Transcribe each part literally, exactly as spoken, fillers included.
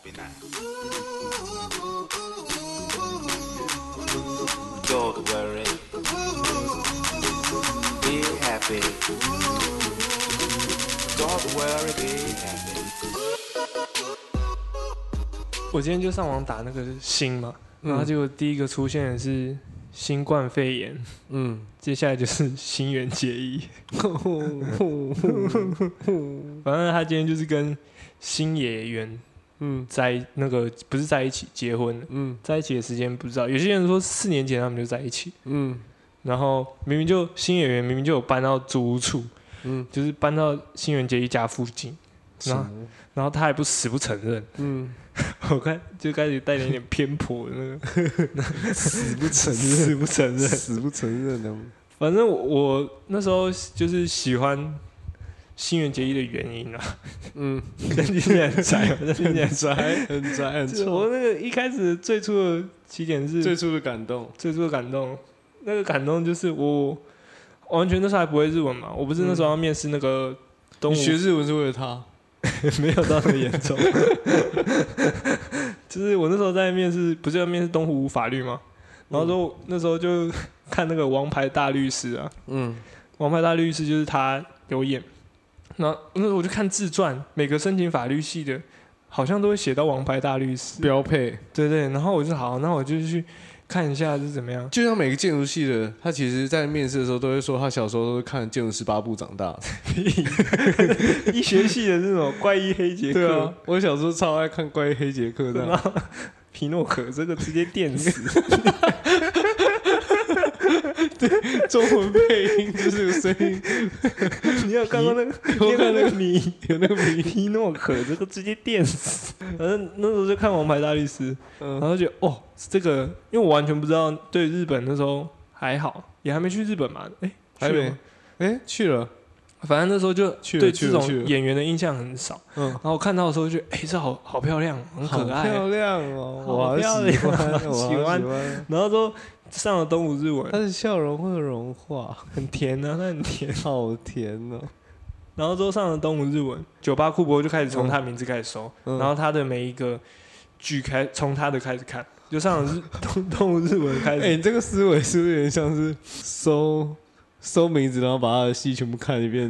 happy now. Don't worry. Be happy. Don't worry, be happy. 我今天就上网打那个新嘛，然后结果第一个出现的是新冠肺炎，嗯，接下来就是新垣结衣，反正他今天就是跟新野原，嗯，在那个不是在一起结婚，嗯，在一起的时间不知道，有些人说四年前他们就在一起，嗯，然后明明就新野原明明就有搬到租屋处，嗯，就是搬到新垣结衣家附近，然后然后他还不死不承认，嗯。我看就开始带点点偏颇的那个， 死不承认， 死不承认， 死不承认的。 反正 我, 我那时候就是喜欢新垣结衣的原因啊，嗯，但听起来很宅，但听起来很宅， 很宅，很臭。 我那个一开始最初的起点是最初的感动， 最初的感动，那个感动就是我完全那时候还不会日文嘛，我不是那时候要面试那个东吴， 你学日文是为了他。 没有到那么严重，就是我那时候在面试，不是要面试东湖法律吗？然后说、嗯、那时候就看那个《王牌大律师》啊，嗯，《王牌大律师》就是他有演，然后那时候我就看自传，每个申请法律系的，好像都会写到《王牌大律师》 标配， 对对，然后我就好，那我就去看一下是怎么样。 就像每个建筑系的，他其实在面试的时候都会说，他小时候都是看《建筑十八部》长大的。 医学系的那种怪医黑杰克， 对啊，我小时候超爱看《怪医黑杰克》的。 皮诺可这个直接电死。 对，中文配音就是有声音。 你有看过那个？ 你有看那个迷？ 有那个迷？ 皮诺可这个直接电死。反正那时候就看《王牌大律师》，嗯，然后就觉得哦，这个，因为我完全不知道对日本那时候还好，也还没去日本嘛，哎、欸， 还没，哎、欸，去了。 反正那时候就对这种演员的印象很少，嗯，然后我看到的时候就觉得，哎、欸，这好好漂亮，很可爱， 好漂亮哦， 好漂亮， 我喜欢， 然后都上了东吴日文， 他的笑容会融化， 很甜啊，他很甜， 好甜哦。 然后都上了东吴日文，酒吧库博就开始从他的名字开始收，嗯、然后他的每一个剧开从他的开始看，就上了日东东吴日文开始。 哎、欸，你这个思维是不是有点像是收？搜名字，然后把他的戏全部看一遍。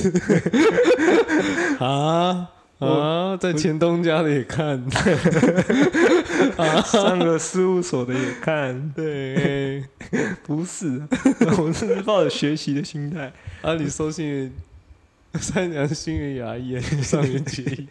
啊啊，在前东家的也看， 啊，上个事务所的也看。 对， 不是，我是抱着学习的心态。 啊，你搜新垣三娘新垣牙医，上垣结衣。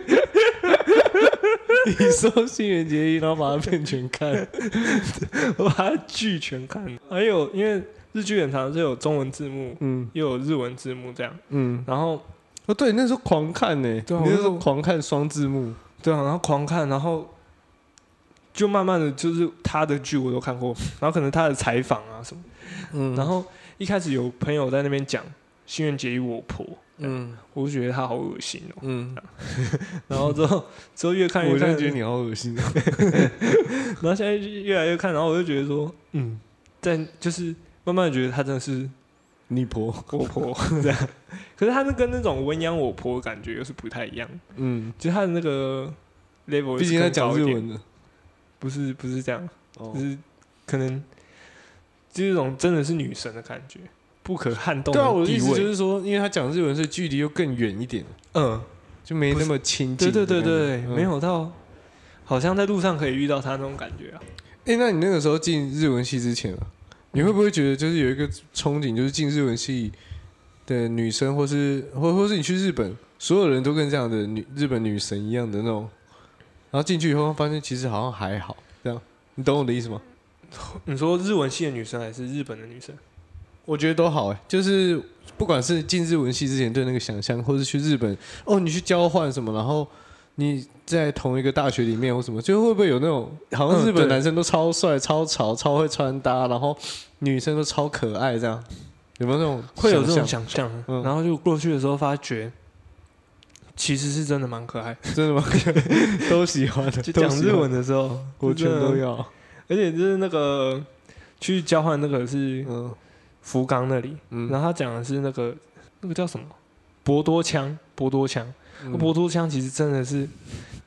你搜新垣结衣，然后把它片全看， 我把它剧全看。还有，因为日剧很常是有中文字幕，嗯，又有日文字幕这样，嗯，然后哦，对，那时候狂看呢，对啊，你那时候狂看双字幕， 对啊，然后狂看，然后就慢慢的就是他的剧我都看过，然后可能他的采访啊什么，嗯，然后一开始有朋友在那边讲新垣结衣我婆，嗯，我就觉得他好恶心哦，嗯，然后之后之后越看越看， 我就觉得你好恶心， 然后现在越来越看，然后我就觉得说，嗯，在就是。慢慢觉得他真的是你婆我婆这样，可是他那跟那种文养我婆的感觉又是不太一样。嗯，就是他的那个 level， 毕竟他讲日文的， 不是不是这样，哦、就是可能就是一种真的是女神的感觉，不可撼动的地位。对啊， 我的意思就是说，因为他讲日文，所以距离又更远一点，嗯，就没那么亲近。 对对对对，嗯、没有到好像在路上可以遇到他那种感觉啊。 哎、欸，那你那个时候进日文系之前啊？你会不会觉得就是有一个憧憬，就是进日文系的女生，或是或或是你去日本，所有人都跟这样的女日本女神一样的那种，然后进去以后发现其实好像还好，这样，你懂我的意思吗？ 你说日文系的女生还是日本的女生？ 我觉得都好哎、欸，就是不管是进日文系之前对那个想象，或是去日本哦，你去交换什么，然后你在同一个大学里面或什么，就会不会有那种好像日本男生都超帅、嗯、超潮、超会穿搭，然后女生都超可爱，这样有没有那种会有这种想象？嗯、然后就过去的时候发觉，其实是真的蛮可爱， 真的吗？都喜欢的。 就讲日文的时候， 我全都要。 而且就是那个去交换那个是福冈那里，嗯、然后他讲的是那个那个叫什么博多腔，博多腔。嗯、博多腔其实真的是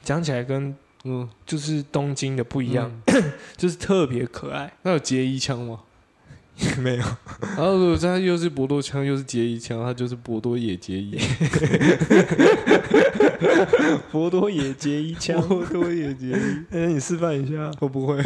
讲起来跟嗯就是东京的不一样，嗯、就是特别可爱。 那有结衣枪吗？ 没有。 然后如果它又是博多枪又是结衣枪，它就是博多野结衣。 博多野结衣枪， 博多野结衣。 哎，你示范一下。 我不会。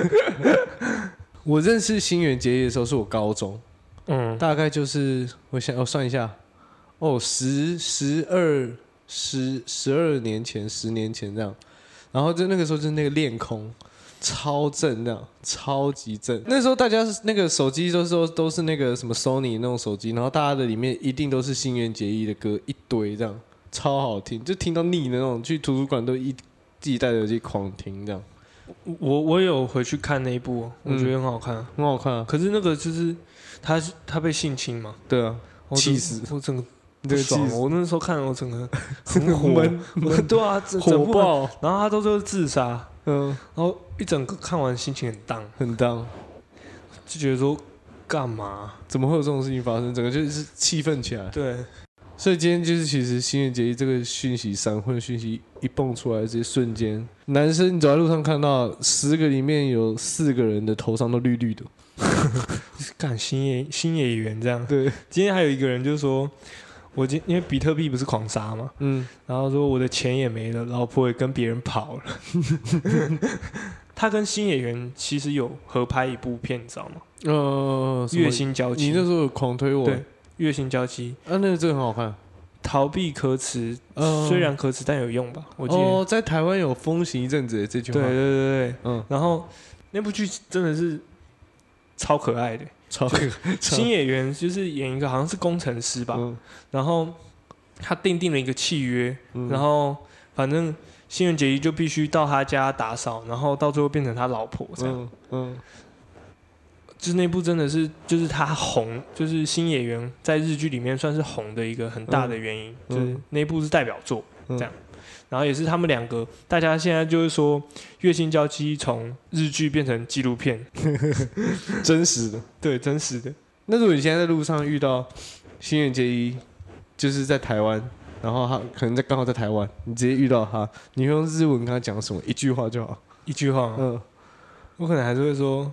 我认识新垣结衣的时候是我高中，嗯，大概就是我想我算一下，哦，十十二十十二年前，十年前这样。然后就那个时候就是那个恋空。超正那样，超级正。那时候大家那个手机都是都是那个什么 Sony 那种手机，然后大家的里面一定都是新垣结衣的歌一堆这样，超好听，就听到腻的那种。去图书馆都一自己带着耳机狂听这样。 我我有回去看那一部，我觉得很好看，嗯、 很好看啊。 可是那个就是他他被性侵嘛？ 对啊，气死！ 我整个。不爽，我那时候看我整个很火，对啊， 火爆， 然后他都是自杀，嗯，然后一整个看完心情很荡， 很荡， 就觉得说干嘛？ 怎么会有这种事情发生？整个就是气愤起来。 对， 所以今天就是其实新垣结衣这个讯息，闪婚讯息一蹦出来，这些瞬间，男生你走在路上看到十个里面有四个人的头上都绿绿的， 干新野新演员这样。 对， 今天还有一个人就说。我今因为比特币不是狂杀嘛，嗯，然后说我的钱也没了，老婆也跟别人跑了。他跟新演员其实有合拍一部片，你知道吗？呃，月薪娇妻。 你那时候有狂推我。 对，月薪娇妻。 啊，那个真的很好看。 逃避可耻，呃、虽然可耻但有用吧？我记得。 哦，在台湾有风行一阵子这句话。 对对对对，嗯。然后那部剧真的是超可爱的。 超可爱新演员就是演一个好像是工程师吧，嗯、然后他订定了一个契约，嗯、然后反正新垣结衣就必须到他家打扫，然后到最后变成他老婆这样。嗯，嗯就是那部真的是就是他红，就是新演员在日剧里面算是红的一个很大的原因，嗯、就是那部是代表作，嗯、这样。然后也是他们两个，大家现在就是说，月薪娇妻从日剧变成纪录片， 真实的， 对，真实的。 那如果你现在在路上遇到新垣结衣，就是在台湾，然后他可能在刚好在台湾，你直接遇到他，你会用日文跟他讲什么？一句话就好， 一句话。嗯，我可能还是会说。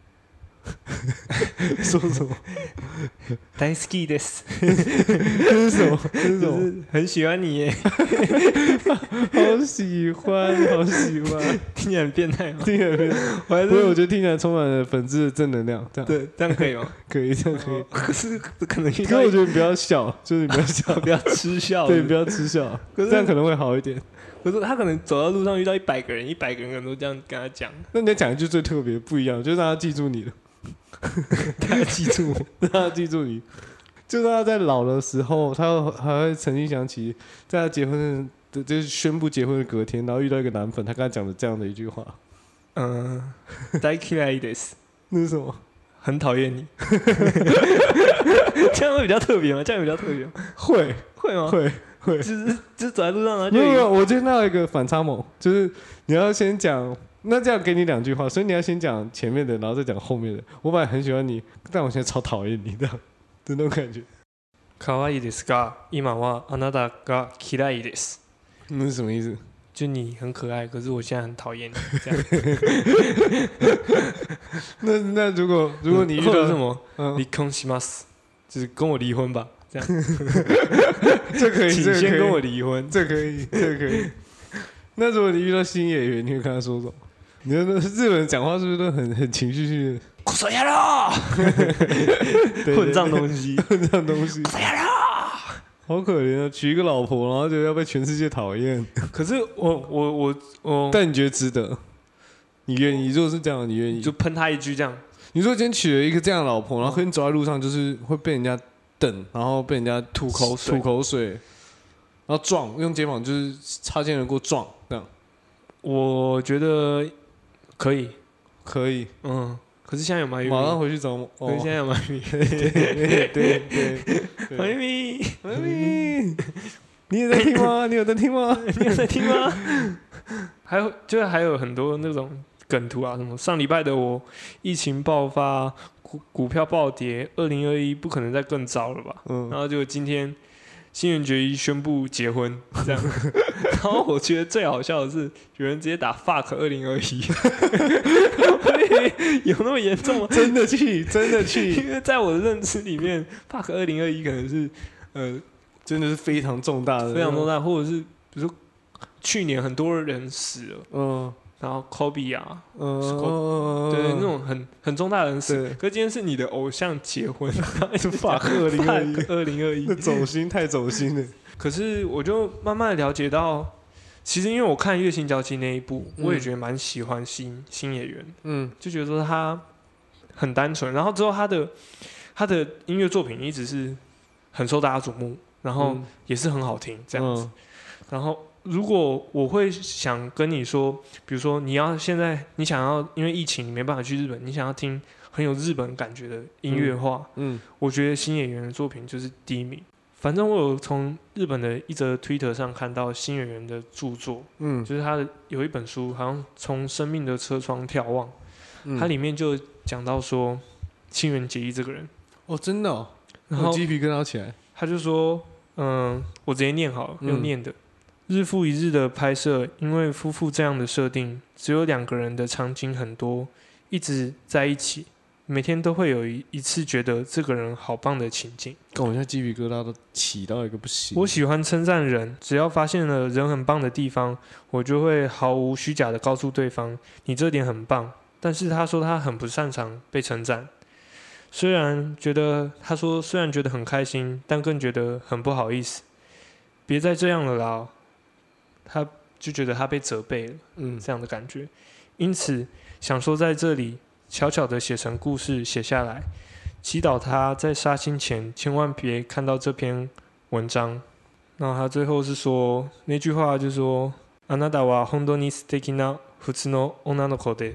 说什么？ 大好きです。 这是什么？这是什么？ 很喜欢你耶！ 好喜欢，好喜欢， 听起来很变态吗？ 听起来很变态。我还是，我觉得听起来充满了粉质的正能量。这样对，这样可以吗？ 可以，这样可以。 哦、可是可能，可是我觉得你不要笑，就是你不要笑， 不要嗤笑。 对，不要嗤笑，这样可能会好一点。 可是他可能走到路上遇到一百个人，一百个人可能都这样跟他讲。 那你要讲一句最特别不一样，就是让他记住你了。 他要记住我， 让他记住你，就是他在老的时候，他还会曾经想起，在他结婚的，就是宣布结婚的隔天，然后遇到一个男粉，他跟他讲的这样的一句话， 嗯，大嫌いです， 那是什么？ 很讨厌你，这样会比较特别吗？这样比较特别吗？ 会会吗？ 会会， 就是就是走在路上，然后就没有，我今天到一个反差萌，就是你要先讲。那这样给你两句话，所以你要先讲前面的，然后再讲后面的。我本来很喜欢你，但我现在超讨厌你的，这种感觉。 可愛いですが、今はあなたが嫌いです。 那是什么意思？ 就你很可爱，可是我现在很讨厌你。这样。 那那如果如果你遇到什么，離婚します，就是跟我離婚吧，这样。 这可以， 请先跟我離婚， 这可以，这可以。那如果你遇到新演员，你会跟他说什么？你看日本人讲话是不是都很很情绪性的？ 苦手野郎，混账东西， 混账东西， 苦手野郎， 好可怜啊！娶一个老婆，然后就要被全世界讨厌。 可是我我我我， 但你觉得值得？你愿意？如果是这样，你愿意？ 就喷他一句这样。 你说今天娶了一个这样的老婆，然后跟你走在路上，就是会被人家瞪，然后被人家吐口水， 吐口水，然后撞，用肩膀就是擦肩而过撞，这样。 我觉得可以， 可以， 嗯。可是现在有马玉米， 马上回去找我。 可是现在有马玉米， 对对对对， 马玉米， 马玉米，你有在听吗？你有在听吗？ 你有在听吗？还有就是还有很多那种梗图啊，什么上礼拜的我疫情爆发，股股票暴跌，二零二一不可能再更糟了吧？嗯，然后就今天新垣结衣宣布结婚这样。然后我觉得最好笑的是，有人直接打 fuck 二零二一，有那么严重吗？ 真的去，真的去， 因为在我的认知里面 ，fuck 二零二一可能是呃， 真的是非常重大的， 非常重大，或者是比如说去年很多人死了， 嗯。 然后 Kobe 啊， 嗯， 对，那种很很重大的人死。可是今天是你的偶像结婚， 就 fuck 二零二一， 二零二一， 那走心太走心了。 可是我就慢慢的了解到，其实因为我看《月薪娇妻》那一部，嗯、我也觉得蛮喜欢新新演员，嗯，就觉得说他很单纯，然后之后他的他的音乐作品一直是很受大家瞩目，然后也是很好听这样子，嗯、然后。如果我会想跟你说，比如说你要现在你想要因为疫情你没办法去日本，你想要听很有日本感觉的音乐化，嗯，嗯我觉得新演员的作品就是第一名。反正我有从日本的一则 Twitter 上看到新演员的著作，嗯，就是他的有一本书，好像从生命的车窗眺望，嗯、它里面就讲到说新垣结衣这个人， 哦，真的哦，然后鸡皮疙瘩起来， 他就说，嗯，我直接念好了，用念的。嗯日复一日的拍摄，因为夫妇这样的设定，只有两个人的场景很多，一直在一起，每天都会有 一, 一次觉得这个人好棒的情境。 跟我现在鸡皮疙瘩都起到一个不行。 我喜欢称赞人，只要发现了人很棒的地方，我就会毫无虚假的告诉对方，你这点很棒。但是他说他很不擅长被称赞，虽然觉得他说虽然觉得很开心，但更觉得很不好意思。别再这样了啦。他就觉得他被责备了，嗯，这样的感觉，因此想说在这里悄悄的写成故事写下来，祈祷他在杀青前千万别看到这篇文章。然后他最后是说那句话，就是说あなたは本当に素敵な普通の女の子です。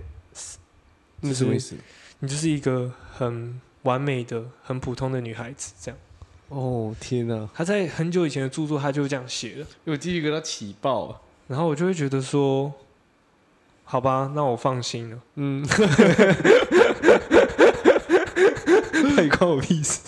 那什么意思？ 你就是一个很完美的、很普通的女孩子，这样。 哦天哪！ 他在很久以前的著作他就这样写了， 我鸡皮疙瘩起爆了。 然后我就会觉得说，好吧，那我放心了。嗯，那你关我屁事。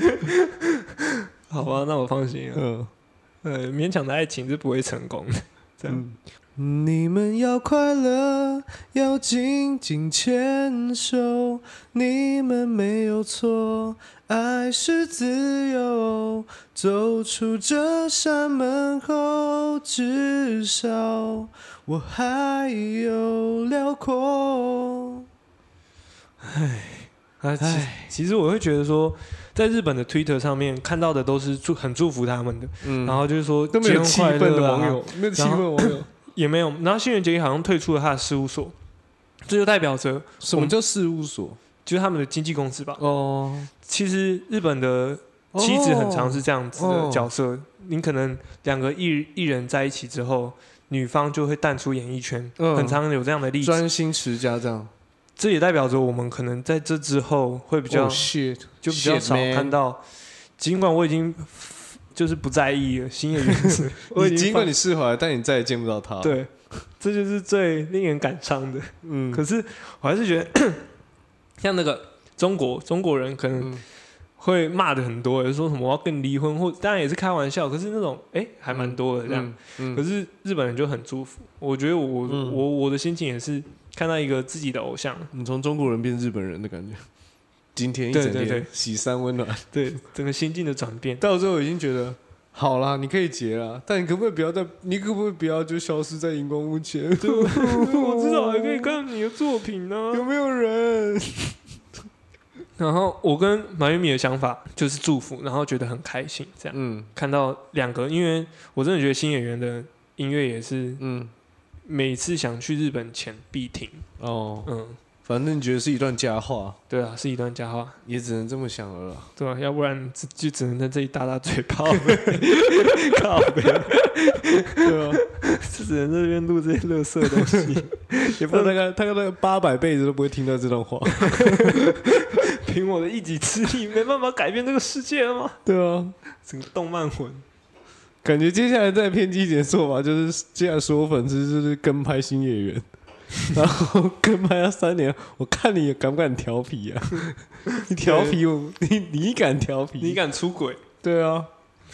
好吧，那我放心了。嗯，呃，勉强的爱情是不会成功的。这样。嗯你们要快乐，要紧紧牵手，你们没有错，爱是自由，走出这扇门后，至少我还有辽阔。 唉，唉，其实我会觉得说，在日本的 Twitter 上面看到的都是祝很祝福他们的，嗯、然后就是说都没有气愤的网友，没有气愤的网友。 也没有，然后新垣结衣好像退出了他的事务所，这就代表着什么叫事务所？ 就是他们的经纪公司吧。哦，其实日本的妻子很常是这样子的角色，哦、你可能两个艺艺人在一起之后，女方就会淡出演艺圈，嗯、很常有这样的例子， 专心持家这样。 这也代表着我们可能在这之后会比较、 oh, shit, 就比较少看到，尽管我已经。就是不在意了，新演员你尽管你释怀，但你再也见不到他。 对，这就是最令人感伤的。嗯，可是我还是觉得，像那个中国中国人可能会骂的很多，说什么我要跟你离婚，或当然也是开玩笑，可是那种哎、欸、还蛮多的这样。嗯嗯嗯、可是日本人就很祝福，我觉得我、嗯、我我的心情也是看到一个自己的偶像， 你从中国人变日本人的感觉。今天一整天对对对喜三温暖， 对整个心境的转变， 到最后已经觉得好啦，你可以结啦，但你可不可以不要再，你可不可以不要就消失在荧光幕前？ 对，我至少还可以看你的作品呢、啊。 有没有人？ 然后我跟马玉米的想法就是祝福，然后觉得很开心，这样。嗯，看到两个，因为我真的觉得新演员的音乐也是，嗯，每次想去日本前必听。哦，嗯。 反正你觉得是一段佳话， 对啊，是一段佳话， 也只能这么想了啦， 对啊，要不然就只能在这里打打嘴炮，靠北，对啊，就只能在这边录这些垃圾的东西， 也不知道大概他大概八百辈子都不会听到这段话， 凭我的一己之力没办法改变这个世界了吗？ 对啊， 整个动漫魂， 感觉接下来再偏激一点做法，就是接下来所有粉丝就是跟拍新演员。然后跟拍他三年，我看你敢不敢调皮啊？你调皮我，你你敢调皮？ 你敢出轨？ 对啊，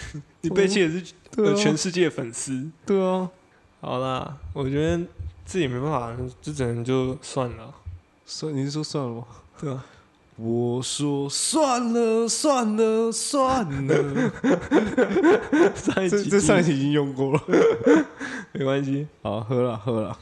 你背弃也是、呃、全世界粉丝。 对啊， 好啦，我觉得这也没办法，就只能就算了。 算你是说算了吗？ 对啊。 我说算了算了算了， 上一集这这上一集已经用过了， 没关系。 好，喝了喝了。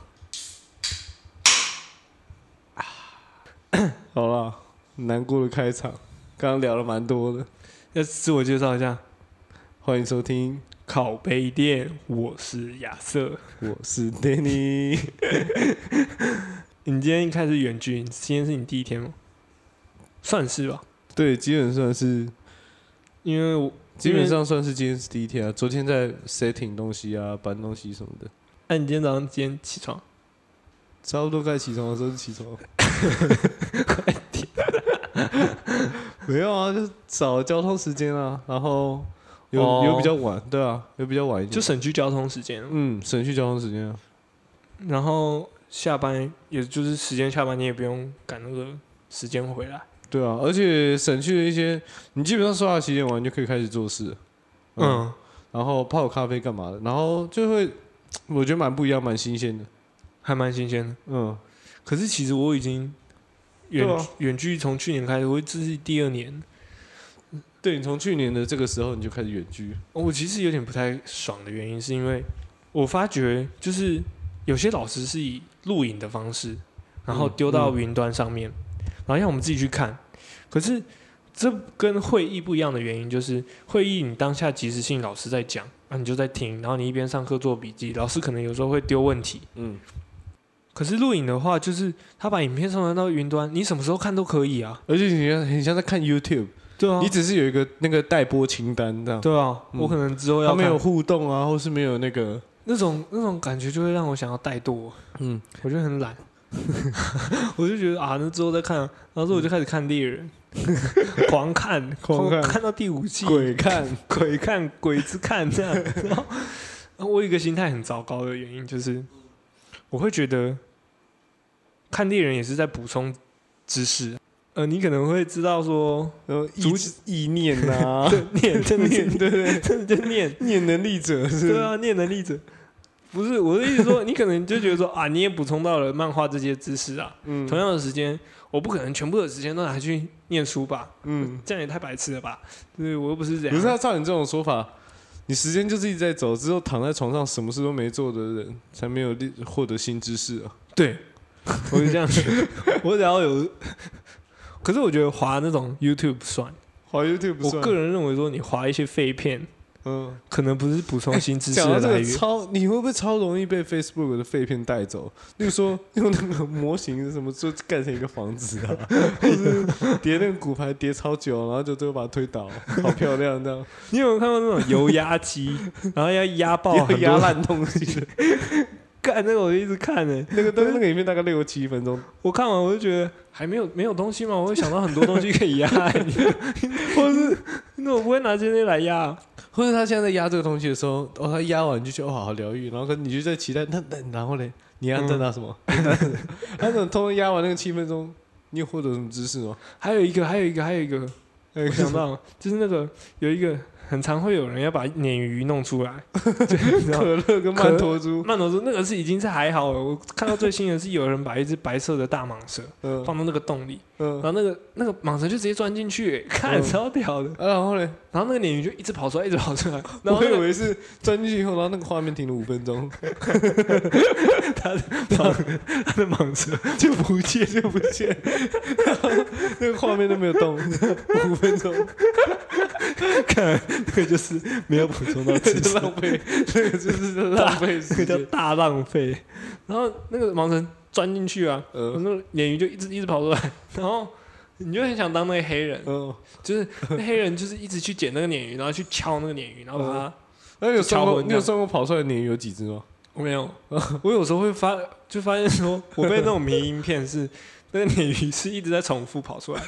好啦，难过的开场，刚刚聊了蛮多的。 要自我介绍一下， 欢迎收听靠杯店，我是亚瑟， 我是 Danny。 你今天开始远距，今天是你第一天吗？算是吧。 对，基本上是， 因为我基本上算是今天是第一天啊。昨天在 setting 东西啊，搬东西什么的。 那、啊、你今天早上几点起床？ 差不多该起床的时候就起床。 快点！ 没有啊，就找交通时间啊，然后有、 哦、 有比较晚，对啊，有比较晚一点， 就省去交通时间。 嗯，省去交通时间啊。 然后下班，也就是时间下班，你也不用赶那个时间回来。 对啊，而且省去了一些，你基本上刷牙洗脸完就可以开始做事了。嗯，嗯然后泡咖啡干嘛的，然后就会，我觉得蛮不一样，蛮新鲜的， 还蛮新鲜的。 嗯， 可是其实我已经远远、啊、距从去年开始，我这是第二年。 对，你从去年的这个时候你就开始远距。 我其实有点不太爽的原因，是因为我发觉就是有些老师是以录影的方式，然后丢到云端上面，嗯嗯、然后让我们自己去看。可是这跟会议不一样的原因，就是会议你当下即时性老师在讲啊，你就在听，然后你一边上课做笔记，老师可能有时候会丢问题。嗯。可是录影的话，就是他把影片上传到云端，你什么时候看都可以啊。 而且你很像在看 YouTube。 对啊。 你只是有一个那个待播清单这样。 对啊，嗯、我可能之后要看。 他没有互动啊，或是没有那个那种那种感觉，就会让我想要怠惰。嗯，我就很懒。我就觉得啊，那之后再看，然后之后我就开始看猎人，狂看，狂看，看到第五季， 鬼看， 鬼看，鬼子看这样。然后，然后我有一个心态很糟糕的原因就是，我会觉得看猎人也是在补充知识。呃，你可能会知道说， 呃，意意念啊， 念，真的念，对对， 真的就念， 念能力者是， 对啊，念能力者。不是我的意思说，你可能就觉得说啊，你也补充到了漫画这些知识啊。嗯。同样的时间，我不可能全部的时间都拿去念书吧？嗯。这样也太白痴了吧？对，我又不是这样。 可是他照你这种说法，你时间就是一直在走，之后躺在床上什么事都没做的人，才没有获得新知识啊。 对，我是这样觉得。我只要有，可是我觉得滑那种 YouTube 不算， 滑 YouTube 不算。 我个人认为说，你滑一些废片。嗯，可能不是补充新知识的来源。 超，你会不会超容易被 Facebook 的废片带走？例如说，用那个模型什么就盖成一个房子啊，或者叠那个骨牌叠超久，然后就最后把它推倒，好漂亮这样。 你有没有看过那种油压机，然后要压爆很多压烂东西的？ 干那个我就一直看呢、欸， 那个那个影片大概六七分钟， 我看完我就觉得还没有没有东西嘛，我会想到很多东西可以压、欸，或者是那我不会拿这些来压。 或者他现在在压这个东西的时候，哦，他压完你就觉得哦，好好疗愈，然后跟你就在期待，那那然后嘞，你要在拿什么？嗯、他等通通压完那个七分钟，你有获得什么知识吗？ 还有一个，还有一个，还有一个，我想到就是那个有一个很常会有人要把鲶鱼弄出来， 可乐跟曼陀珠， 曼陀珠那个是已经是还好了。我看到最新的是有人把一只白色的大蟒蛇放到那个洞里，嗯、然后那个那个蟒蛇就直接钻进去、欸，看、嗯、超屌的。 啊、然后呢？ 然后那个鲶鱼就一直跑出来，一直跑出来。然后、那个、我以为是钻进去以后，然后那个画面停了五分钟， 他的蟒他的蟒蛇就不见就不见， 然后那个画面都没有动，五分钟。 看，那个就是没有补充到知识， 浪费，那个就是浪费时间， 那个叫大浪费。然后那个蟒蛇钻进去啊，呃、那个鲶鱼就一直一直跑出来，然后你就很想当那个黑人，呃、就是那黑人就是一直去捡那个鲶鱼，然后去敲那个鲶鱼，然后把它。 那、呃、你有算过？你有算过跑出来的鲶鱼有几只吗？ 我没有，我有时候会发，就发现说，我被那种迷因片是那个鲶鱼是一直在重复跑出来。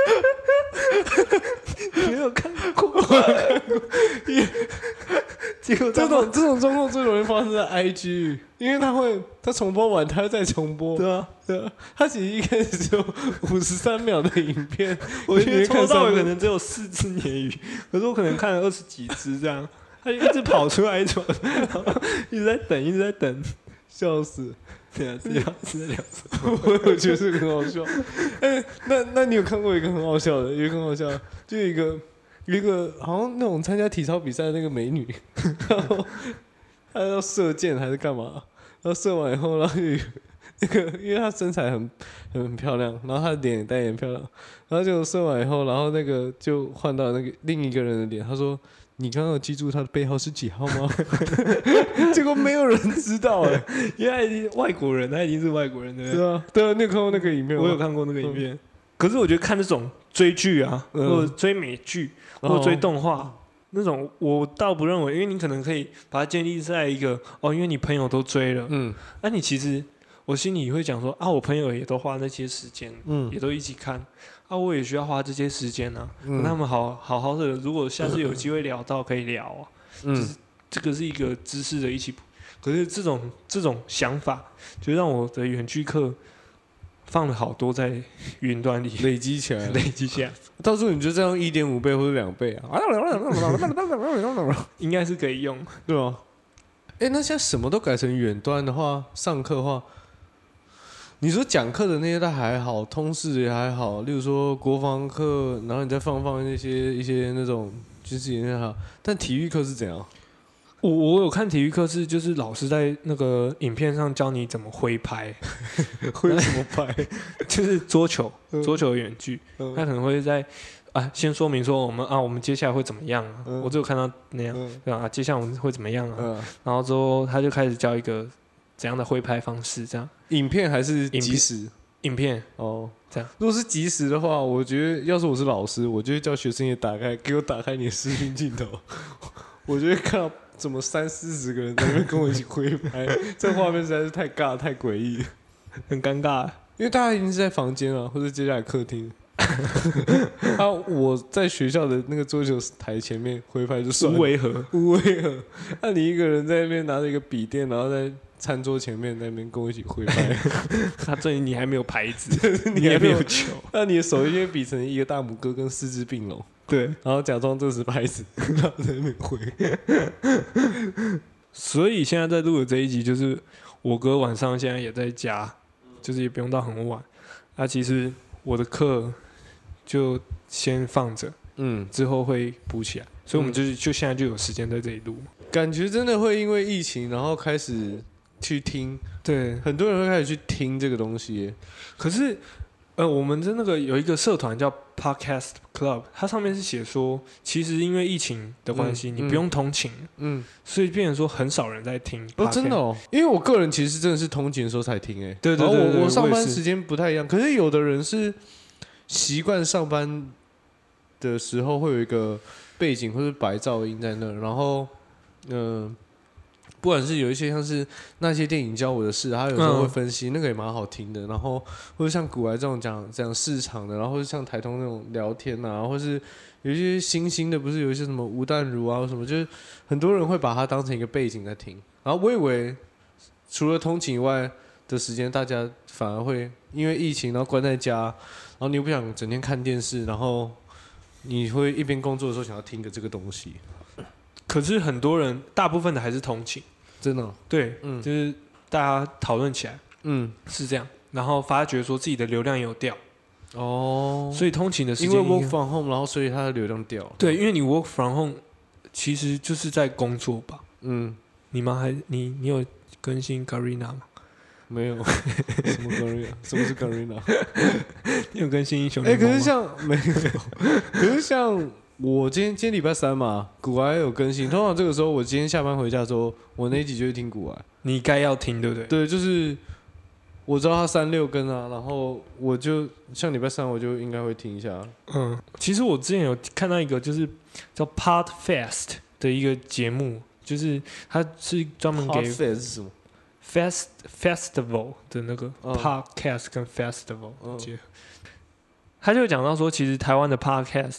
没有看过，这结果这种这种状况最容易发生在 I G， 因为他会他重播完，他会再重播。 对啊， 对啊，他其实一开始只有五十三秒的影片， 我觉得从头到尾可能能只有四只鲶鱼，可是我可能看了二十几只这样，他就一直跑出来，一直一直在等，一直在等， 笑死。 对啊，这样是在聊什么？ 我我觉得这个很好笑。哎、欸，那那你有看过一个很好笑的？有一个很好笑的，就有一个有一个好像那种参加体操比赛的那个美女，然后她要射箭还是干嘛？然后射完以后，然后有那个，因为她身材很很很漂亮，然后她的脸也戴也很漂亮，然后就射完以后，然后那个就换到那个另一个人的脸，她说。你刚刚有记住他的背号是几号吗？结果没有人知道哎、 欸，因为他已经外国人，他已经是外国人对不对？ 对啊，对啊，你有看过那个影片吗？ 我有看过那个影片。嗯、可是我觉得看那种追剧啊，嗯、或者追美剧，或者追动画、哦、那种，我倒不认为，因为你可能可以把它建立在一个哦，因为你朋友都追了，嗯，那、啊、你其实我心里会讲说啊，我朋友也都花那些时间，嗯，也都一起看。啊，我也需要花这些时间啊，跟、嗯、他们好好好的。如果下次有机会聊到，可以聊啊。嗯，就是这个是一个知识的一起。可是这种这种想法，就让我的远距课放了好多在云端里累积起来， 累积起来。 到时候你就这样一点五倍或者两倍啊， 应该是可以用， 对吗？哎、欸，那现在什么都改成远端的话，上课的话。你说讲课的那些倒还好，通识也还好，例如说国防课，然后你再放放那些一些那种军事研究好，但体育课是怎样？ 我我有看体育课是就是老师在那个影片上教你怎么挥拍， 挥怎么拍？ 就是桌球，桌球远距，嗯、他可能会在啊先说明说我们啊我们接下来会怎么样啊，嗯、我只有看到那样，嗯、对啊，接下来我们会怎么样啊？嗯、然后之后他就开始教一个怎样的挥拍方式，这样。 影片还是即时？ 影片哦，这样。 如果是即时的话，我觉得要是我是老师，我就会叫学生也打开，给我打开你的视频镜头，我就会看到怎么三四十个人在那边跟我一起挥拍，这画面实在是太尬太诡异， 很尴尬。 因为大家已经是在房间啊，或者接下来客厅。啊！我在学校的那个桌球台前面挥拍就算了， 无违和， 无违和。那、啊、你一个人在那边拿着一个笔电，然后在餐桌前面那边跟我一起挥拍， 他这里你还没有拍子，你还没有球， 那你的手一定比成一个大拇哥跟四肢并拢， 对， 然后假装这是拍子，然后在那边挥。 所以现在在录的这一集，就是我哥晚上现在也在家，就是也不用到很晚。啊，其实我的课就先放着，嗯，之后会补起来，所以我们就是就现在就有时间在这里录。 感觉真的会因为疫情，然后开始去听， 对， 很多人会开始去听这个东西耶。 可是，呃，我们的那个有一个社团叫 Podcast Club， 它上面是写说，其实因为疫情的关系，嗯、你不用通勤，嗯，所以变成说很少人在听。 哦，真的哦，因为我个人其实真的是通勤的时候才听，哎， 对对 对, 對， 我我上班时间不太一样，可是有的人是习惯上班的时候会有一个背景或是白噪音在那，然后。嗯、呃，不管是有一些像是那些电影教我的事，他有时候会分析，嗯、那个也蛮好听的。然后或者像古来这种讲讲市场的，然后或者像台通那种聊天啊，或是有一些新兴的，不是有一些什么吴淡如啊什么，就是很多人会把它当成一个背景在听。然后我以为除了通勤以外的时间，大家反而会因为疫情然后关在家，然后你又不想整天看电视，然后你会一边工作的时候想要听个这个东西。 可是很多人，大部分的还是通勤， 真的、哦， 对，嗯，就是大家讨论起来，嗯，是这样，然后发觉说自己的流量有掉，哦，所以通勤的时间因为 work from home， 然后所以它的流量掉， 对，因为你 work from home 其实就是在工作吧，嗯，你们还你你有更新 Garena 吗？ 没有，什么 Garena？ 什么是 Garena？ 你有更新英雄联盟吗？哎、欸，可是像没有，可是像。我今天今天礼拜三嘛，古玩有更新。通常这个时候，我今天下班回家之后，我那一集就会听古玩。 你该要听，对不对？ 对，就是我知道他三六更啊，然后我就像礼拜三，我就应该会听一下。 嗯，其实我之前有看到一个就是叫 Podfest 的一个节目，就是它是专门给 Podfest 是什么 Fest Festival 的那个 Podcast 跟 Festival 结合。他就讲到说，其实台湾的 Podcast。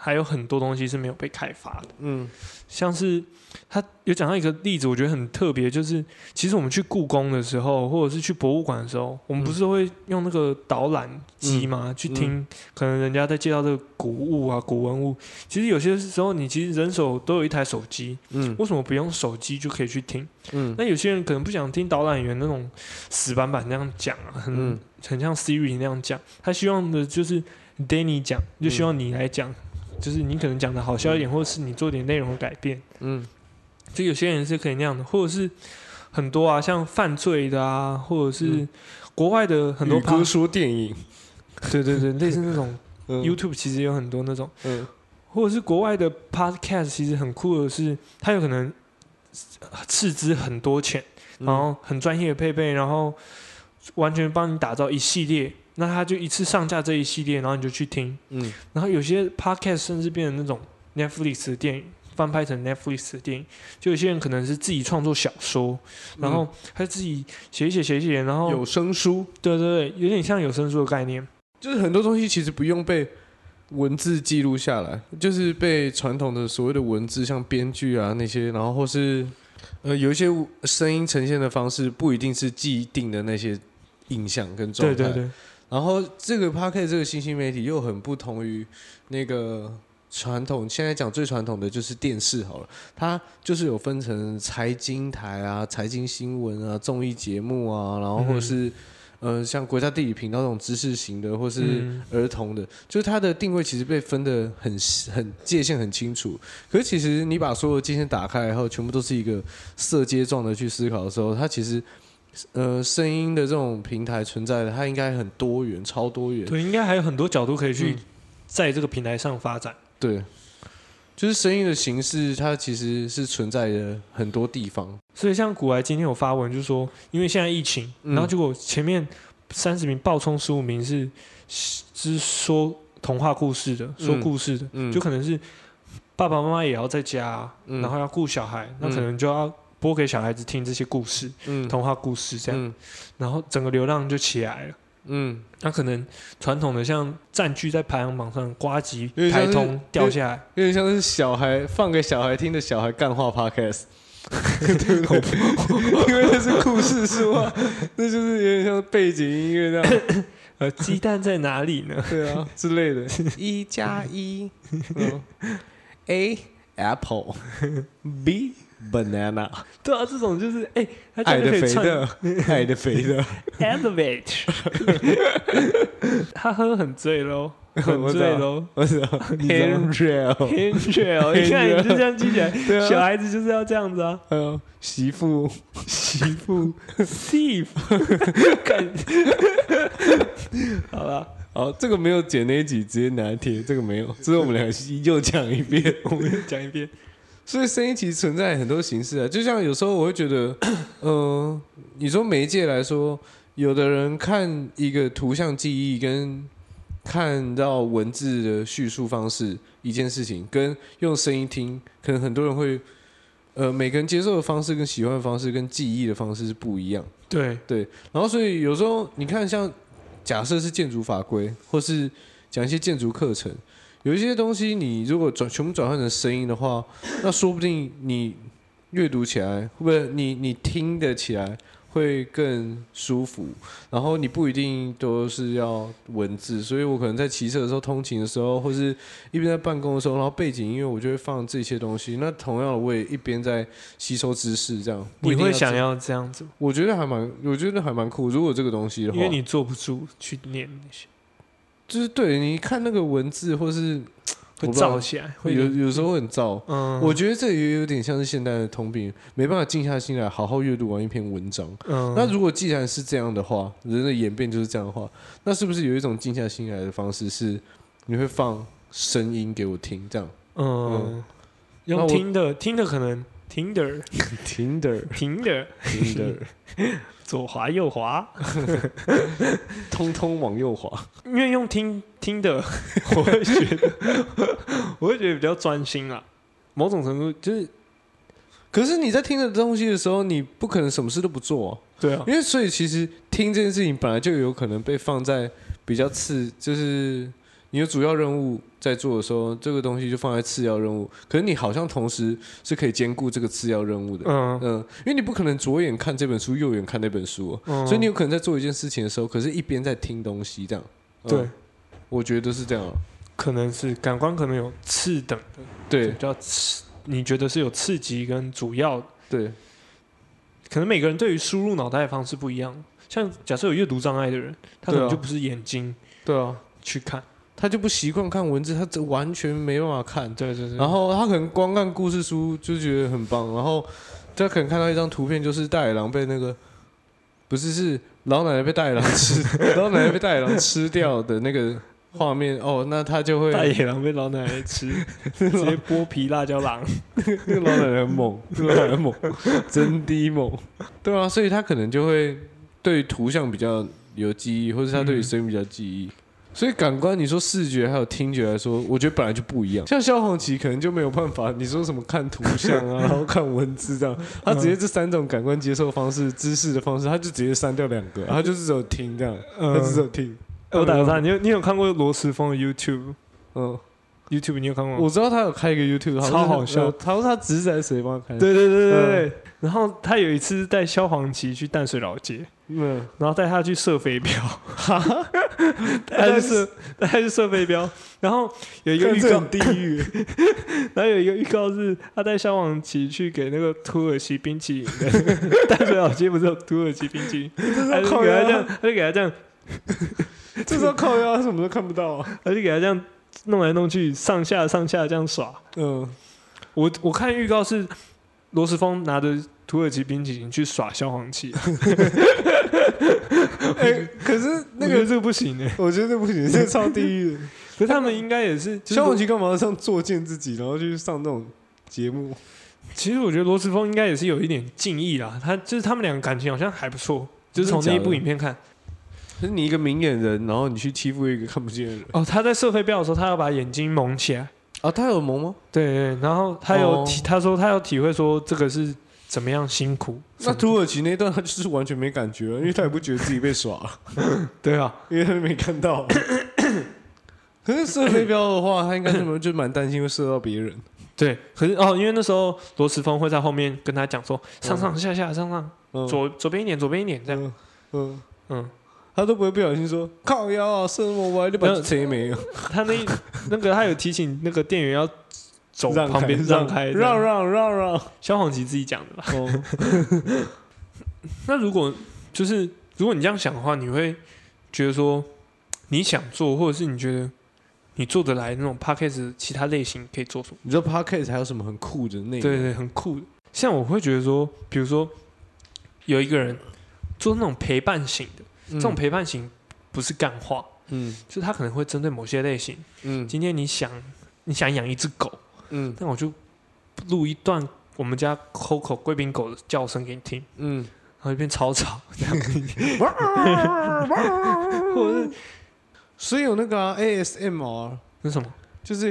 还有很多东西是没有被开发的。 嗯， 像是他有讲到一个例子，我觉得很特别，就是其实我们去故宫的时候，或者是去博物馆的时候，我们不是会用那个导览机嘛，嗯、去听、嗯、可能人家在介绍这个古物啊、古文物。其实有些时候，你其实人手都有一台手机，嗯，为什么不用手机就可以去听？嗯，那有些人可能不想听导览员那种死板板那样讲啊，很、嗯、很像 Siri 那样讲，他希望的就是 Danny 讲，就希望你来讲。就是你可能讲的好笑一点，或者是你做点内容的改变，嗯，就有些人是可以那样的，或者是很多啊，像犯罪的啊，或者是国外的很多歌说电影， 对对对，类似那种、嗯、YouTube 其实有很多那种，嗯，或者是国外的 Podcast， 其实很酷的是，它有可能斥资很多钱，然后很专业的配备，然后完全帮你打造一系列。那他就一次上架这一系列，然后你就去听，嗯，然后有些 podcast 甚至变成那种 Netflix 的电影，翻拍成 Netflix 的电影，就有些人可能是自己创作小说，然后他自己写一写写一写，然后有声书， 对对对，有点像有声书的概念， 就是很多东西其实不用被文字记录下来，就是被传统的所谓的文字，像编剧啊那些，然后或是呃有一些声音呈现的方式，不一定是既定的那些印象跟状态， 对对对。 然后这个 Podcast 这个新兴媒体又很不同于那个传统，现在讲最传统的就是电视好了，它就是有分成财经台啊、财经新闻啊、综艺节目啊，然后或是、嗯、呃像国家地理频道这种知识型的，或是儿童的，嗯、就是它的定位其实被分得很很界限很清楚。可是其实你把所有界限打开以后，全部都是一个色阶状的去思考的时候，它其实。呃，声音的这种平台存在的，它应该很多元，超多元。 对，应该还有很多角度可以去在这个平台上发展。嗯、 对，就是声音的形式，它其实是存在的很多地方。 所以像古来今天有发文，就是说，因为现在疫情，嗯、然后结果前面三十名爆冲十五名是是说童话故事的，说故事的，嗯、就可能是爸爸妈妈也要在家，嗯、然后要顾小孩，那可能就要。播给小孩子听这些故事，嗯、童话故事这样，嗯、然后整个流量就起来了。嗯，那可能传统的像占据在排行榜上，呱吉、台通掉下来， 有点像是小孩放给小孩听的小孩干话 podcast， 对不对？因为那是故事书啊，那就是有点像背景音乐这样。 呃，鸡蛋在哪里呢？ 对啊，之类的。一加一 ，A apple，B。banana， 对啊，这种就是哎，欸、 矮的肥的，矮的肥的 ，elevate， 他喝很醉喽，很醉喽， 我知道 ，Angel，Angel， 你看你就这样记起来，啊、小孩子就是要这样子啊， 呃，媳妇， 媳妇 ，thief， 好了。 好，这个没有剪那一集，直接拿来贴，这个没有，之后我们两个又讲一遍， 我们又讲一遍。 所以声音其实存在很多形式啊，就像有时候我会觉得，呃，你说媒介来说，有的人看一个图像记忆跟看到文字的叙述方式一件事情，跟用声音听，可能很多人会，呃，每个人接受的方式跟喜欢的方式跟记忆的方式是不一样。 对对，然后所以有时候你看，像假设是建筑法规，或是讲一些建筑课程。有一些东西，你如果转全部转换成声音的话，那说不定你阅读起来，会不会你你听得起来会更舒服？然后你不一定都是要文字，所以我可能在骑车的时候、通勤的时候，或是一边在办公的时候，然后背景音乐我就会放这些东西。那同样的，我也一边在吸收知识，这样。 你会想要这样子？ 我觉得还蛮，我觉得还蛮酷。如果这个东西的话， 因为你坐不住去念那些。 就是对，你看那个文字，或是会燥起来，会有有时候会很燥。嗯，我觉得这也有点像是现代的通病，没办法静下心来好好阅读完一篇文章。嗯，那如果既然是这样的话，人的演变就是这样的话，那是不是有一种静下心来的方式，是你会放声音给我听，这样？嗯， 嗯用听的，听的可能。Tinder Tinder Tinder Tinder 左滑右滑通通往右滑， 因为用听听的我会觉得我会觉得比较专心啦，某种程度就是可是你在听的东西的时候，你不可能什么事都不做、啊。 对啊， 因为所以其实听这件事情本来就有可能被放在比较次，就是你有主要任务在做的时候，这个东西就放在次要任务。可是你好像同时是可以兼顾这个次要任务的，嗯嗯，因为你不可能左眼看这本书，右眼看那本书、哦嗯，所以你有可能在做一件事情的时候，可是一边在听东西，这样。嗯、 对， 我觉得是这样、啊。 可能是感官可能有次等的， 对， 叫刺，你觉得是有刺激跟主要的， 对， 可能每个人对于输入脑袋的方式不一样。像假设有阅读障碍的人，他可能就不是眼睛， 对啊， 去看， 他就不习惯看文字，他这完全没办法看。 对对对。 然后他可能光看故事书就觉得很棒，然后他可能看到一张图片，就是大野狼被那个不是是老奶奶被大野狼吃，老奶奶被大野狼吃掉的那个。画面哦，那他就会大野狼被老奶奶吃，直接剥皮辣椒狼， 那个老奶奶很猛，那个老奶奶猛，真的猛，对啊，所以他可能就会对图像比较有记忆，或者他对声音比较记忆。嗯、所以感官，你说视觉还有听觉来说，我觉得本来就不一样。像萧煌奇可能就没有办法，你说什么看图像啊，然后看文字这样，他直接这三种感官接受方式、知识的方式，他就直接删掉两个，他就是只有听这样，他只有听。 我打个岔，你有你有看过罗时丰的 YouTube？ 嗯 ，YouTube 你有看过吗？ 我知道他有开一个 YouTube， 超好笑。 他说他侄子还是谁帮他开？ 对对对对对。嗯、然后他有一次带萧煌奇去淡水老街，嗯，然后带他去射飞镖，哈，带他去射，带他去射飞镖。然后有一个预告， 地狱。 然后有一个预告是他带萧煌奇去给那个土耳其冰淇淋的，淡水老街不是有土耳其冰淇淋？他就给他这样，他就给他这样。 这时候靠腰，他什么都看不到啊！ 他就给他这样弄来弄去，上下上下这样耍。嗯，我我看预告是罗时丰拿着土耳其冰淇淋去耍萧煌奇。 哎、欸，可是那个这个不行哎、欸， 我觉得这不行，这个超地狱的。 可是他们应该也是萧煌奇干嘛上作践自己，然后去上那种节目？ 其实我觉得罗时丰应该也是有一点敬意啦，他就是他们两个感情好像还不错，就是从那一部影片看。 可是你一个明眼人，然后你去欺负一个看不见的人。 哦，他在射飞镖的时候，他要把眼睛蒙起来。 哦，他有蒙吗？ 对对，然后他有体，哦、他说他有体会说这个是怎么样辛苦。 那土耳其那段他就是完全没感觉，因为他也不觉得自己被耍。 对啊， 因为他没看到。可是射飞镖的话，他应该就蛮担心会射到别人。 对，可是哦，因为那时候罗时丰会在后面跟他讲说，上上下下上上，嗯、左左边一点，左边一点这样。嗯嗯。嗯他都不会不小心说靠腰啊，射那么歪就把它切没有。 他那那个他有提醒那个店员要走旁边让开， 让让让让。 萧煌奇自己讲的吧。哦、那如果就是如果你这样想的话，你会觉得说你想做，或者是你觉得你做得来那种 podcast 其他类型可以做什么？ 你知道 podcast 还有什么很酷的内容？ 对对，很酷的。像我会觉得说，比如说有一个人做那种陪伴型的。这种陪伴型不是干话，嗯，就是他可能会针对某些类型，嗯，今天你想你想养一只狗，嗯，那我就录一段我们家 Coco 贵宾狗的叫声给你听，嗯，然后就变超吵，这样，或者是， 所以有那个、啊、A S M R 那什么， 就是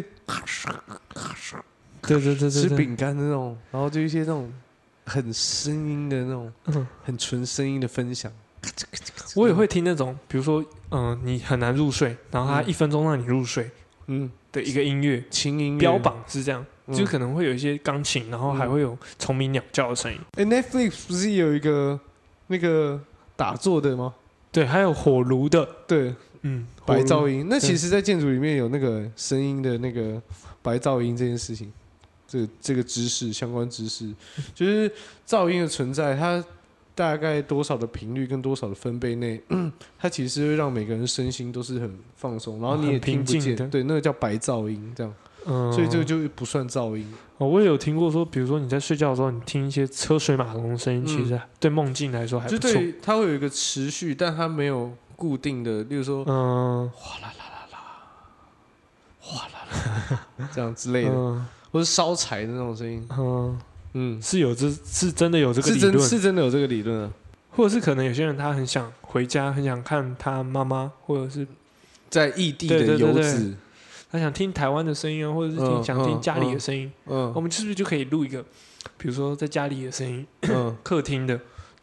对对对对， 吃饼干的那种，然后就一些那种很声音的那种，嗯、很纯声音的分享。 我也会听那种，比如说，嗯、呃，你很难入睡，然后他一分钟让你入睡，嗯，的一个音乐， 轻音乐标榜是这样，嗯、就可能会有一些钢琴，然后还会有虫鸣鸟叫的声音。 哎、欸、，Netflix 不是有一个那个打坐的吗？ 对，还有火炉的， 对，嗯，白噪音。那其实，在建筑里面有那个声音的那个白噪音这件事情，这个这个知识相关知识，就是噪音的存在，它。大概多少的频率跟多少的分贝内，它其实会让每个人身心都是很放松，然后你也听不见，对，那个叫白噪音，这样，嗯，所以这个就不算噪音。 哦，我也有听过说，比如说你在睡觉的时候，你听一些车水马龙的声音，嗯、其实对梦境来说还不错。 就对，它会有一个持续，但它没有固定的，例如说，嗯，哗啦啦啦啦，哗啦啦啦，这样之类的，嗯、或是烧柴的那种声音，嗯。 嗯，是有这是真的有这个理论， 是 真, 是真的有这个理论啊。 或者是可能有些人他很想回家，很想看他妈妈，或者是在异地的游子，对对对对， 他想听台湾的声音啊，或者是听、嗯、想听家里的声音。嗯，我们是不是就可以录一个，比如说在家里的声音，嗯、客厅的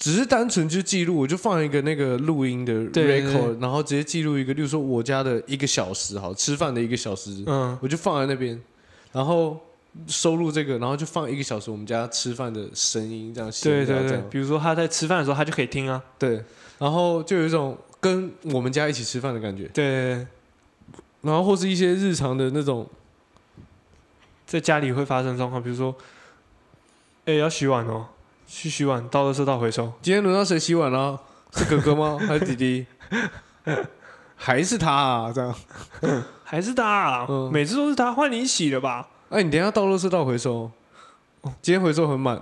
只是单纯就记录，我就放一个那个录音的 record，然后直接记录一个，例如说我家的一个小时，好吃饭的一个小时，嗯，我就放在那边，然后收录这个，然后就放一个小时我们家吃饭的声音，这样对对对，比如说他在吃饭的时候，他就可以听啊， 对，然后就有一种跟我们家一起吃饭的感觉， 对对对， 然后或是一些日常的那种， 在家里会发生状况，比如说，哎，要洗碗哦。去洗碗，倒垃圾倒回收。 今天轮到谁洗碗了、啊？是哥哥吗？还是弟弟？还是他啊？这样， 还是他啊？嗯、每次都是他，换你洗了吧？ 哎，你等一下倒垃圾倒回收。今天回收很满。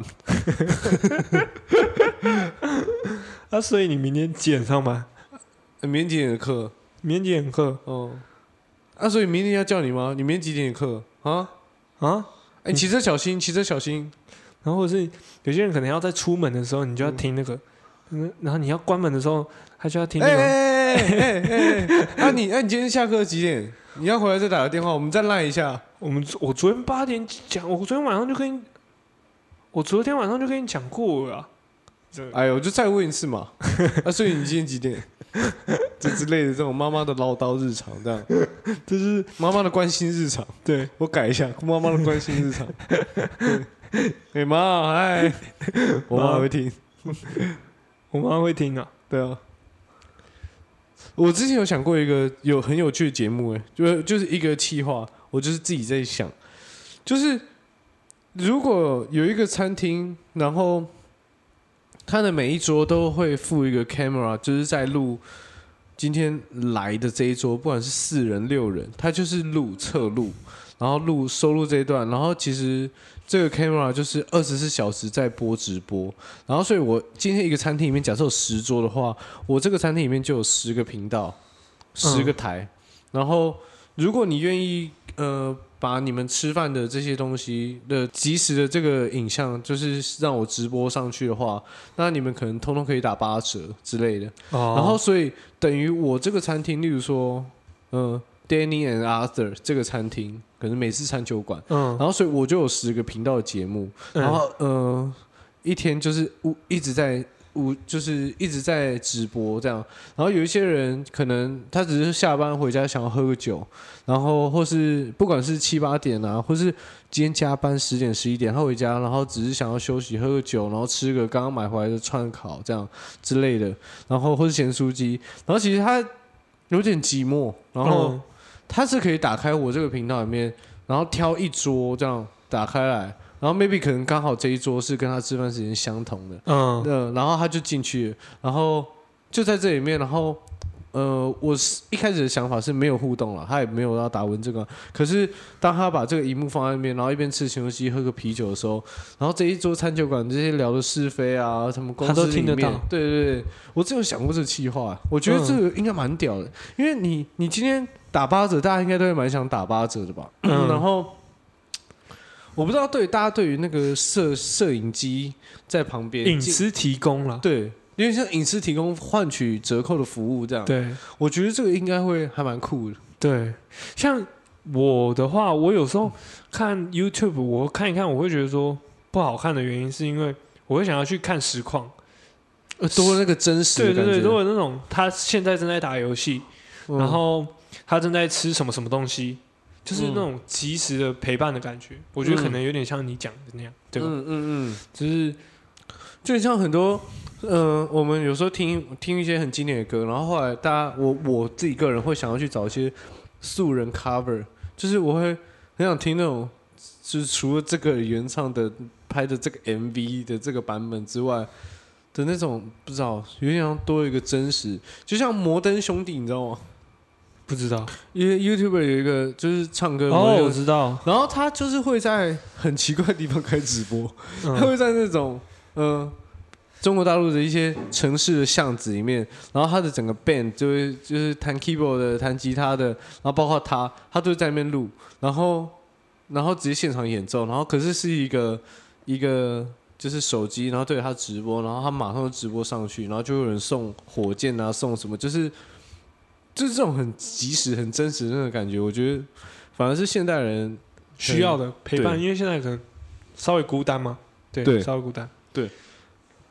啊，所以你明天几点上班？ 明天几点的课？ 明天几点的课？ 哦。啊，所以明天要叫你吗？你明天几点的课？啊啊！哎，骑车小心，骑车小心。 然后或者是有些人可能要在出门的时候，你就要听那个，嗯，然后你要关门的时候，他就要听那个。 哎哎哎！啊你，哎你今天下课几点？你要回来再打个电话，我们再赖一下。 我们我昨天八点讲，我昨天晚上就跟你，我昨天晚上就跟你讲过了、啊。 哎呦，我就再问一次嘛。啊，所以你今天几点？这之类的这种妈妈的唠叨日常，这样，这是妈妈的关心日常。对我改一下，妈妈的关心日常。哎妈，嗨，我妈会听， 我妈会听啊。 对啊，我之前有想过一个有很有趣的节目，哎，就就是一个企划，我就是自己在想，就是如果有一个餐厅，然后它的每一桌都会附一个 camera， 就是在录今天来的这一桌，不管是四人六人，它就是录侧录，然后录收录这一段，然后其实。这个 camera 就是二十四小时在播直播，然后所以我今天一个餐厅里面，假设有十桌的话，我这个餐厅里面就有十个频道，十个台，嗯、然后如果你愿意呃把你们吃饭的这些东西的即时的这个影像，就是让我直播上去的话，那你们可能通通可以打八折之类的。哦、然后所以等于我这个餐厅，例如说，嗯、呃、，Danny and Arthur 这个餐厅。可能美式餐酒馆，嗯，然后所以我就有十个频道的节目，嗯、然后呃，一天就是一直在就是一直在直播这样，然后有一些人可能他只是下班回家想要喝个酒，然后或是不管是七八点啊，或是今天加班十点十一点他回家，然后只是想要休息喝个酒，然后吃个刚刚买回来的串烤这样之类的，然后或是咸酥鸡，然后其实他有点寂寞，然后。嗯他是可以打开我这个频道里面，然后挑一桌这样打开来，然后 maybe 可能刚好这一桌是跟他吃饭时间相同的，嗯，呃、然后他就进去，然后就在这里面，然后呃，我一开始的想法是没有互动了，他也没有要打文这个，可是当他把这个荧幕放在那边，然后一边吃咸酥鸡喝个啤酒的时候，然后这一桌餐酒馆这些聊的是非啊，什么公司里面，他都听得到，对对对，我真有想过这个企划，我觉得这个应该蛮屌的，因为你你今天。打八折，大家应该都会蛮想打八折的吧？嗯、然后我不知道对大家对于那个摄摄影机在旁边隐私提供了， 对，因为像隐私提供换取折扣的服务这样， 对， 我觉得这个应该会还蛮酷的。 对，像我的话，我有时候看 YouTube， 我看一看，我会觉得说不好看的原因是因为我会想要去看实况， 呃，多那个真实的感觉。 对对对，如果那种他现在正在打游戏，嗯、然后。他正在吃什么什么东西，就是那种及时的陪伴的感觉，嗯、我觉得可能有点像你讲的那样，对吧？嗯嗯嗯，就是就像很多呃，我们有时候听听一些很经典的歌，然后后来大家我我自己个人会想要去找一些素人 cover， 就是我会很想听那种，就是除了这个原唱的拍的这个 M V 的这个版本之外的那种，不知道有点像多一个真实，就像摩登兄弟，你知道吗？ 不知道， 因为 YouTuber 有一个就是唱歌， 哦，我知道。 然后他就是会在很奇怪的地方开直播，嗯、他会在那种呃中国大陆的一些城市的巷子里面，然后他的整个 band 就会就是弹 keyboard 的、弹吉他的，然后包括他，他都在那边录，然后然后直接现场演奏，然后可是是一个一个就是手机，然后对着他直播，然后他马上就直播上去，然后就有人送火箭啊，送什么，就是。就是这种很即时、很真实的那种感觉，我觉得反而是现代人需要的陪伴，因为现在可能稍微孤单嘛，对， 对稍微孤单， 对。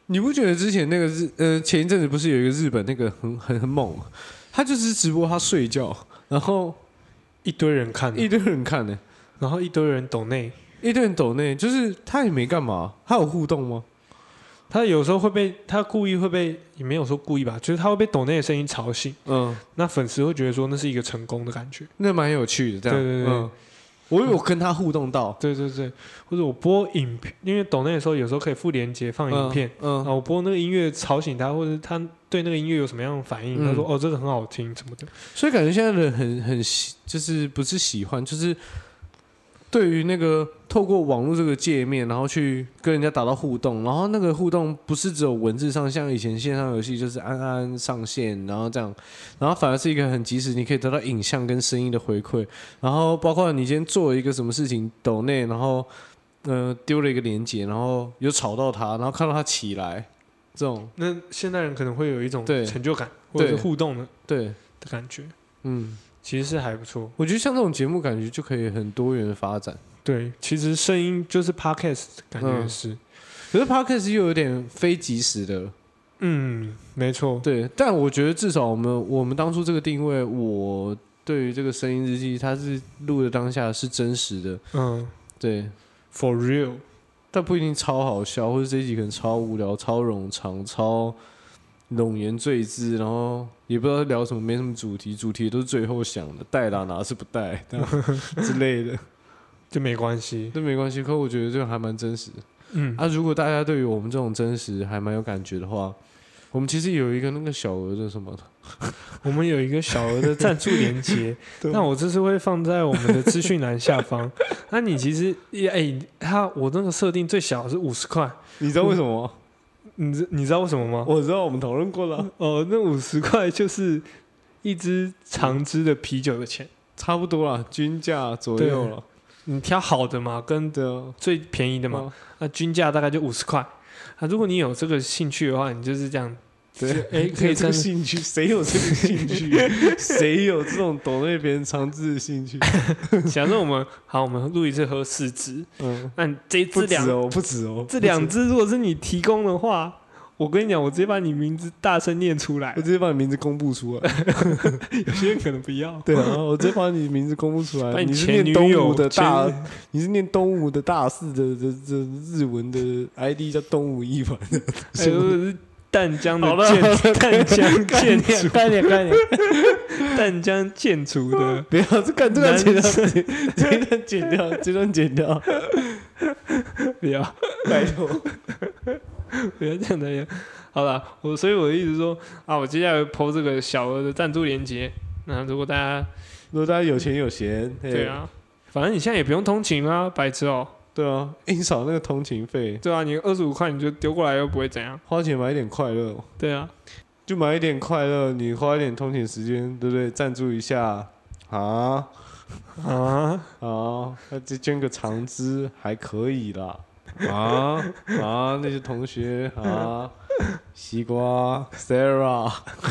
你不觉得之前那个日呃前一阵子不是有一个日本那个很很很猛，他就是直播他睡觉，然后一堆人看， 一堆人看呢、欸， 然后一堆人抖内， 一堆人抖内，就是他也没干嘛，他有互动吗？ 他有时候会被他故意会被也没有说故意吧，就是他会被抖内的声音吵醒，嗯，那粉丝会觉得说那是一个成功的感觉， 那蛮有趣的，这样， 对对对。 嗯我有跟他互动到， 对对对，或者我播影片，因为抖内的时候有时候可以附连接放影片，嗯，啊，我播那个音乐吵醒他，或者他对那个音乐有什么样的反应，嗯、他说哦这个很好听什么的， 所以感觉现在的人很很就是不是喜欢，就是对于那个透过网络这个界面，然后去跟人家达到互动，然后那个互动不是只有文字上，像以前线上游戏就是按按上线，然后这样，然后反而是一个很及时，你可以得到影像跟声音的回馈，然后包括你今天做了一个什么事情抖内，然后呃丢了一个连结，然后有吵到他，然后看到他起来，这种， 那现代人可能会有一种成就感或者是互动的对的感觉， 嗯。 其实是还不错， 我觉得像这种节目感觉就可以很多元的发展。 对，其实声音就是 podcast 感觉也是， 嗯、可是 podcast 又有点非即时的。 嗯，没错。 对，但我觉得至少我们我们当初这个定位，我对于这个声音日记，它是录的当下是真实的。嗯，对 ，for real， 但不一定超好笑，或者这一集可能超无聊、超冗长、超冗言赘字，然后也不知道聊什么，没什么主题，主题都是最后想的，带啦哪是不带之类的， 就没关系， 这没关系。可我觉得这个还蛮真实的。嗯，啊，如果大家对于我们这种真实还蛮有感觉的话，我们其实有一个那个小额的什么的， 我们有一个小额的赞助连结，那我这次会放在我们的资讯栏下方。那你其实，哎、欸，他我那个设定最小是五十块， 你知道为什么吗？ 你知你知道为什么吗？ 我知道，我们讨论过了。 哦，那五十块就是一支长支的啤酒的钱， 差不多啦，均价左右了。 你挑好的嘛，跟最便宜的嘛，那、哦啊、均价大概就五十块。啊，如果你有这个兴趣的话，你就是这样。 对，哎、欸，可以这个兴趣，谁有这个兴趣？谁有这种懂那别人长支的兴趣？ 假设我们好，我们录一次喝四支，嗯，那这一支两哦，不止哦， 这两支如果是你提供的话，我跟你讲，我直接把你名字大声念出来， 我直接把你名字公布出来。 有些人可能不要， 对啊，我直接把你名字公布出来。 你是念东吴的大，你是念东吴的大四的这这日文的 I D 叫东吴一凡的。 哎淡江的建，淡江建筑， 快点快点， 淡江建筑的， 不要这干这段剪掉，这段剪掉，这段剪掉， 不要， 拜托， 不要这样的。好了，我所以我的意思说啊，我接下来 po 这个小额的赞助连结，那如果大家如果大家有钱有闲， 对啊，反正你现在也不用通勤啦，白痴哦。 对啊，硬少那个通勤费。 对啊，你二十五块你就丢过来又不会怎样， 花钱买一点快乐。 对啊， 就买一点快乐，你花一点通勤时间，对不对？赞助一下啊啊啊！那这捐个长支还可以啦啊啊！那些同学啊，西瓜 Sarah，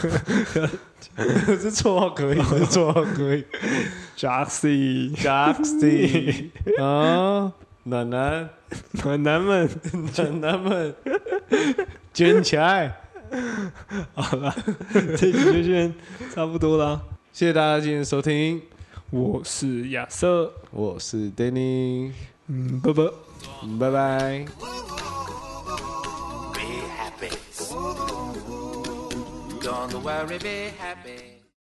这绰号可以，这绰号可以 ，Jaxi Jaxi 啊。暖男， 暖男们， 暖男们，捐起来！ 好了，这集就先差不多啦。 谢谢大家今天的收听， 我是亚瑟， 我是 Danny， 嗯，拜拜， 拜拜。 Be happy. Don't worry, be happy.